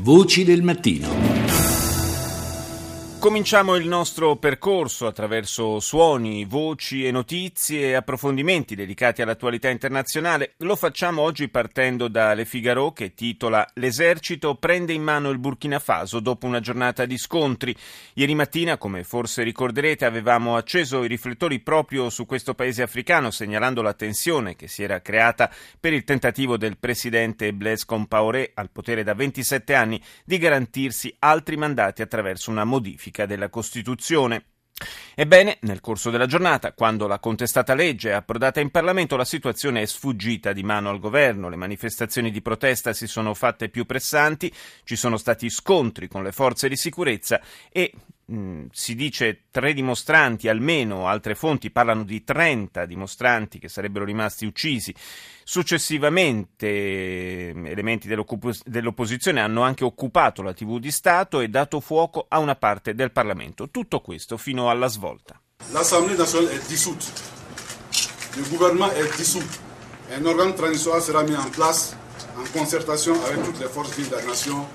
Voci del mattino. Cominciamo il nostro percorso attraverso suoni, voci e notizie e approfondimenti dedicati all'attualità internazionale. Lo facciamo oggi partendo da Le Figaro, che titola «L'esercito prende in mano il Burkina Faso dopo una giornata di scontri». Ieri mattina, come forse ricorderete, avevamo acceso i riflettori proprio su questo paese africano, segnalando la tensione che si era creata per il tentativo del presidente Blaise Compaoré, al potere da 27 anni, di garantirsi altri mandati attraverso una modifica della Costituzione. Ebbene, nel corso della giornata, quando la contestata legge è approdata in Parlamento, la situazione è sfuggita di mano al governo, le manifestazioni di protesta si sono fatte più pressanti, ci sono stati scontri con le forze di sicurezza e si dice 3 dimostranti almeno, altre fonti parlano di 30 dimostranti che sarebbero rimasti uccisi. Successivamente elementi dell'opposizione hanno anche occupato la TV di Stato e dato fuoco a una parte del Parlamento. Tutto questo fino alla svolta. L'Assemblée nationale est dissoute. Le gouvernement est dissous. Un organe transitoire sera mis en place en concertation avec toutes les forces vives de la nation.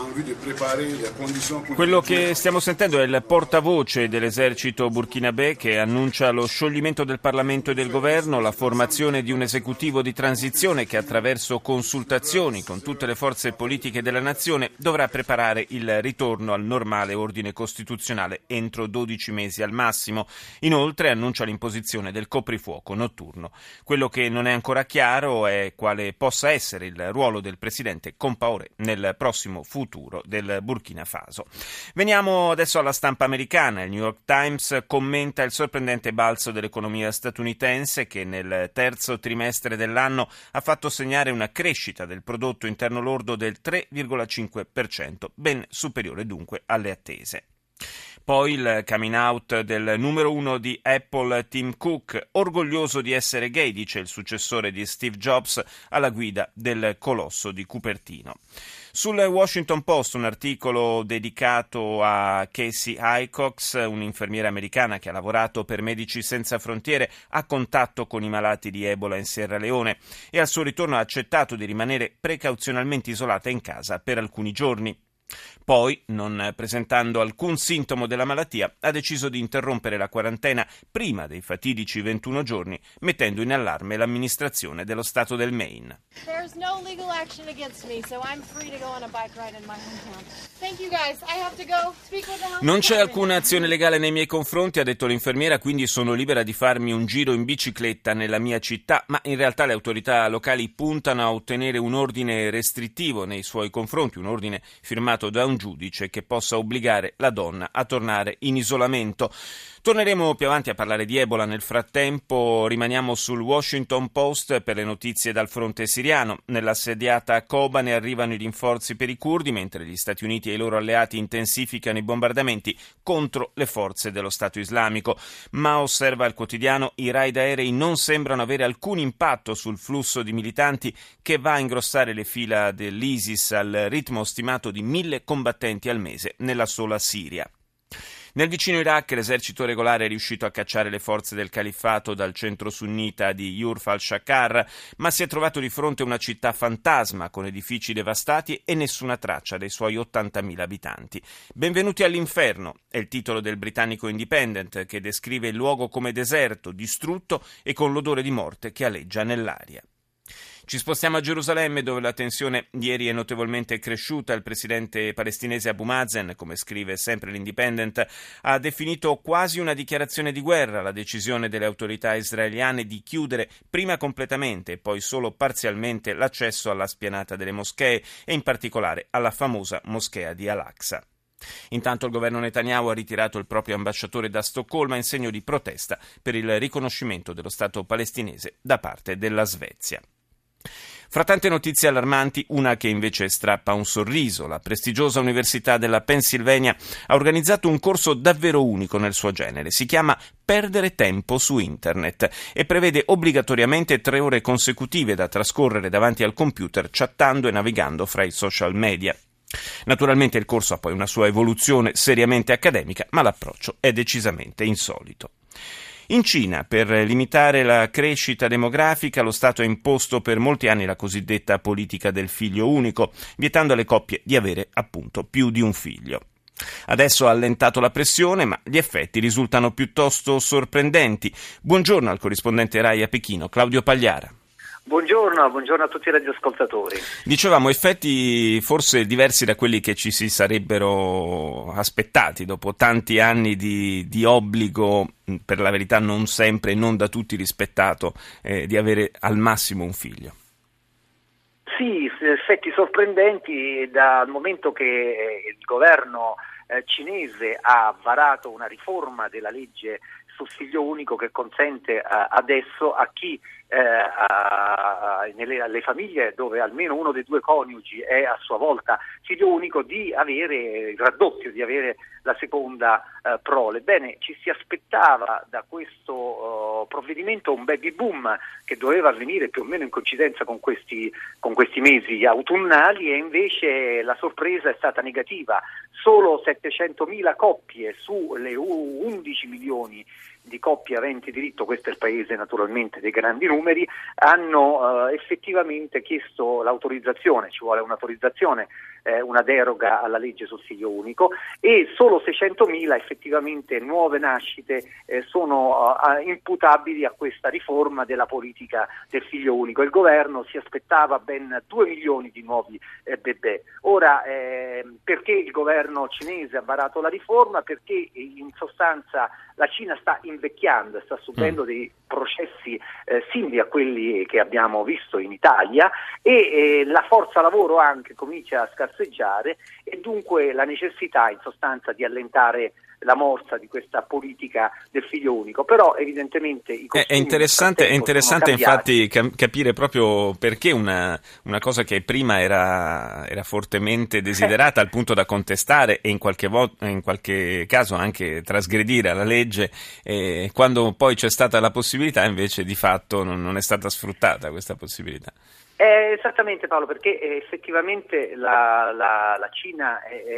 Quello che stiamo sentendo è il portavoce dell'esercito burkinabè che annuncia lo scioglimento del Parlamento e del governo, la formazione di un esecutivo di transizione che attraverso consultazioni con tutte le forze politiche della nazione dovrà preparare il ritorno al normale ordine costituzionale entro 12 mesi al massimo. Inoltre annuncia l'imposizione del coprifuoco notturno. Quello che non è ancora chiaro è quale possa essere il ruolo del presidente Compaoré nel prossimo futuro del Burkina Faso. Veniamo adesso alla stampa americana. Il New York Times commenta il sorprendente balzo dell'economia statunitense che nel terzo trimestre dell'anno ha fatto segnare una crescita del prodotto interno lordo del 3,5%, ben superiore dunque alle attese. Poi il coming out del numero 1 di Apple, Tim Cook, orgoglioso di essere gay, dice il successore di Steve Jobs alla guida del colosso di Cupertino. Sul Washington Post un articolo dedicato a Casey Hycox, un'infermiera americana che ha lavorato per Medici Senza Frontiere a contatto con i malati di Ebola in Sierra Leone e al suo ritorno ha accettato di rimanere precauzionalmente isolata in casa per alcuni giorni. Poi, non presentando alcun sintomo della malattia, ha deciso di interrompere la quarantena prima dei fatidici 21 giorni, mettendo in allarme l'amministrazione dello Stato del Maine. There's no legal action against me, so I'm free to go on a bike ride in my hometown. Thank you guys. I have to go speak with the health Non c'è department. alcuna azione legale nei miei confronti, ha detto l'infermiera, quindi sono libera di farmi un giro in bicicletta nella mia città, ma in realtà le autorità locali puntano a ottenere un ordine restrittivo nei suoi confronti, un ordine firmato da un giudice che possa obbligare la donna a tornare in isolamento. Torneremo più avanti a parlare di Ebola. Nel frattempo rimaniamo sul Washington Post per le notizie dal fronte siriano. Nell'assediata Kobane arrivano i rinforzi per i curdi, mentre gli Stati Uniti e i loro alleati intensificano i bombardamenti contro le forze dello Stato islamico. Ma, osserva il quotidiano, i raid aerei non sembrano avere alcun impatto sul flusso di militanti che va a ingrossare le fila dell'ISIS al ritmo stimato di 1.000 combattenti al mese nella sola Siria. Nel vicino Iraq l'esercito regolare è riuscito a cacciare le forze del califfato dal centro sunnita di Yurf al-Shakar, ma si è trovato di fronte a una città fantasma con edifici devastati e nessuna traccia dei suoi 80.000 abitanti. Benvenuti all'inferno è il titolo del britannico Independent, che descrive il luogo come deserto, distrutto e con l'odore di morte che aleggia nell'aria. Ci spostiamo a Gerusalemme, dove la tensione ieri è notevolmente cresciuta. Il presidente palestinese Abu Mazen, come scrive sempre l'Independent, ha definito quasi una dichiarazione di guerra la decisione delle autorità israeliane di chiudere prima completamente e poi solo parzialmente l'accesso alla spianata delle moschee e in particolare alla famosa moschea di Al-Aqsa. Intanto il governo Netanyahu ha ritirato il proprio ambasciatore da Stoccolma in segno di protesta per il riconoscimento dello Stato palestinese da parte della Svezia. Fra tante notizie allarmanti, una che invece strappa un sorriso. La prestigiosa Università della Pennsylvania ha organizzato un corso davvero unico nel suo genere. Si chiama Perdere tempo su Internet e prevede obbligatoriamente 3 ore consecutive da trascorrere davanti al computer chattando e navigando fra i social media. Naturalmente il corso ha poi una sua evoluzione seriamente accademica, ma l'approccio è decisamente insolito. In Cina, per limitare la crescita demografica, lo Stato ha imposto per molti anni la cosiddetta politica del figlio unico, vietando alle coppie di avere appunto più di un figlio. Adesso ha allentato la pressione, ma gli effetti risultano piuttosto sorprendenti. Buongiorno al corrispondente Rai a Pechino, Claudio Pagliara. Buongiorno a tutti i radioascoltatori. Dicevamo, effetti forse diversi da quelli che ci si sarebbero aspettati dopo tanti anni di obbligo, per la verità non sempre e non da tutti rispettato, di avere al massimo un figlio. Sì, effetti sorprendenti dal momento che il governo cinese ha varato una riforma della legge sul figlio unico che consente adesso a chi alle famiglie dove almeno uno dei due coniugi è a sua volta figlio unico di avere il raddoppio, di avere la seconda prole. Bene, ci si aspettava da questo provvedimento un baby boom che doveva avvenire più o meno in coincidenza con questi mesi autunnali, e invece la sorpresa è stata negativa. Solo 700.000 coppie sulle 11 milioni di coppie aventi diritto, questo è il paese naturalmente dei grandi numeri, hanno effettivamente chiesto l'autorizzazione. Ci vuole un'autorizzazione, una deroga alla legge sul figlio unico, e solo 600.000 effettivamente nuove nascite sono imputabili a questa riforma della politica del figlio unico. Il governo si aspettava ben 2 milioni di nuovi bebè. Ora, perché il governo cinese ha varato la riforma? Perché in sostanza la Cina sta invecchiando, sta subendo dei processi simili a quelli che abbiamo visto in Italia, e la forza lavoro anche comincia a scarseggiare, e dunque la necessità in sostanza di allentare la morsa di questa politica del figlio unico. Però evidentemente i costumi è interessante infatti capire proprio perché una cosa che prima era fortemente desiderata al punto da contestare e in qualche caso anche trasgredire alla legge, quando poi c'è stata la possibilità invece di fatto non è stata sfruttata questa possibilità. Esattamente, Paolo, perché effettivamente la Cina,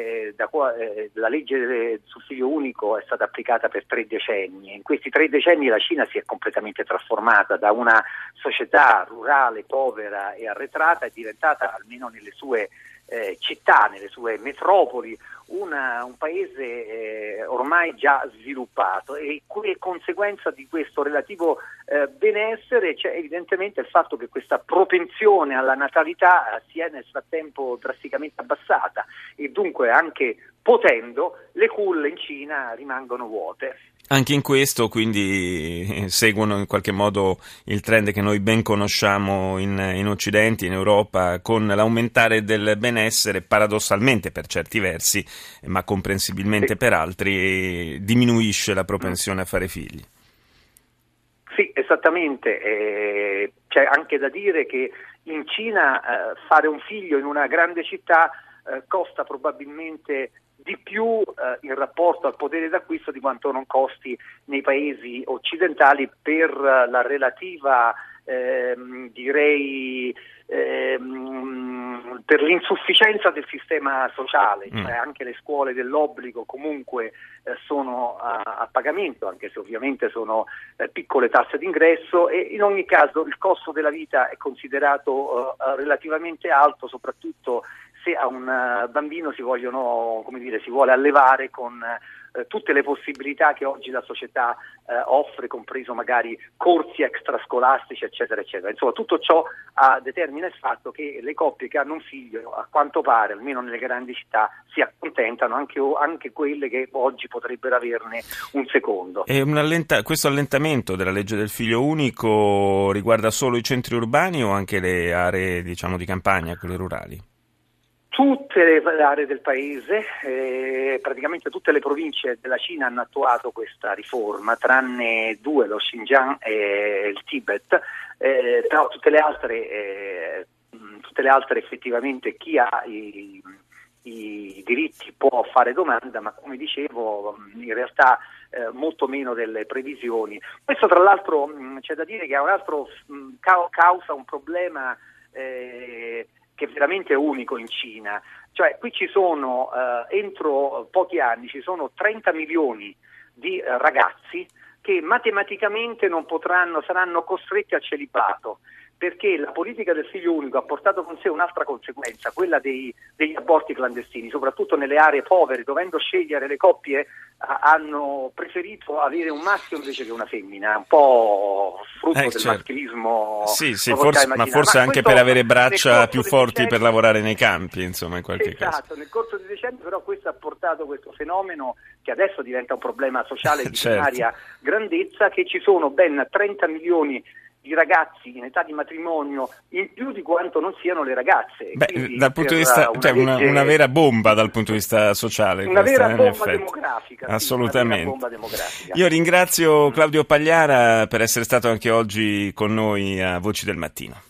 la legge sul figlio unico è stata applicata per 3 decenni. In questi 3 decenni la Cina si è completamente trasformata da una società rurale, povera e arretrata, è diventata, almeno nelle sue città, nelle sue metropoli, un paese ormai già sviluppato, e conseguenza di questo relativo benessere c'è evidentemente il fatto che questa propensione alla natalità si è nel frattempo drasticamente abbassata, e dunque anche potendo le culle in Cina rimangono vuote. Anche in questo quindi seguono in qualche modo il trend che noi ben conosciamo in Occidente, in Europa, con l'aumentare del benessere, paradossalmente per certi versi, ma comprensibilmente per altri, diminuisce la propensione a fare figli. Sì, esattamente. C'è anche da dire che in Cina fare un figlio in una grande città costa probabilmente di più in rapporto al potere d'acquisto di quanto non costi nei paesi occidentali, per la relativa per l'insufficienza del sistema sociale, cioè anche le scuole dell'obbligo comunque sono a pagamento, anche se ovviamente sono piccole tasse d'ingresso, e in ogni caso il costo della vita è considerato relativamente alto, soprattutto se a un bambino si vuole allevare con tutte le possibilità che oggi la società offre, compreso magari corsi extrascolastici, eccetera, eccetera. Insomma, tutto ciò determina il fatto che le coppie che hanno un figlio, a quanto pare, almeno nelle grandi città, si accontentano, anche quelle che oggi potrebbero averne un secondo. E questo allentamento della legge del figlio unico riguarda solo i centri urbani o anche le aree, diciamo, di campagna, quelle rurali? Tutte le aree del paese, praticamente tutte le province della Cina hanno attuato questa riforma, tranne 2, lo Xinjiang e il Tibet, però tutte le altre effettivamente chi ha i diritti può fare domanda, ma come dicevo in realtà molto meno delle previsioni. Questo tra l'altro c'è da dire che causa un problema che veramente è unico in Cina. Cioè qui ci sono, entro pochi anni, ci sono 30 milioni di ragazzi che matematicamente saranno costretti al celibato, perché la politica del figlio unico ha portato con sé un'altra conseguenza, quella degli aborti clandestini, soprattutto nelle aree povere, dovendo scegliere le coppie hanno preferito avere un maschio invece che una femmina, un po' frutto del maschilismo. Sì, ma forse anche per avere braccia più forti per lavorare nei campi, insomma, in qualche caso. Esatto, nel corso dei decenni però questo ha portato questo fenomeno che adesso diventa un problema sociale di primaria grandezza, che ci sono ben 30 milioni di ragazzi in età di matrimonio in più di quanto non siano le ragazze. Dal punto di vista, una vera bomba dal punto di vista sociale. Una vera bomba demografica. Assolutamente. Sì, una vera bomba demografica. Io ringrazio Claudio Pagliara per essere stato anche oggi con noi a Voci del Mattino.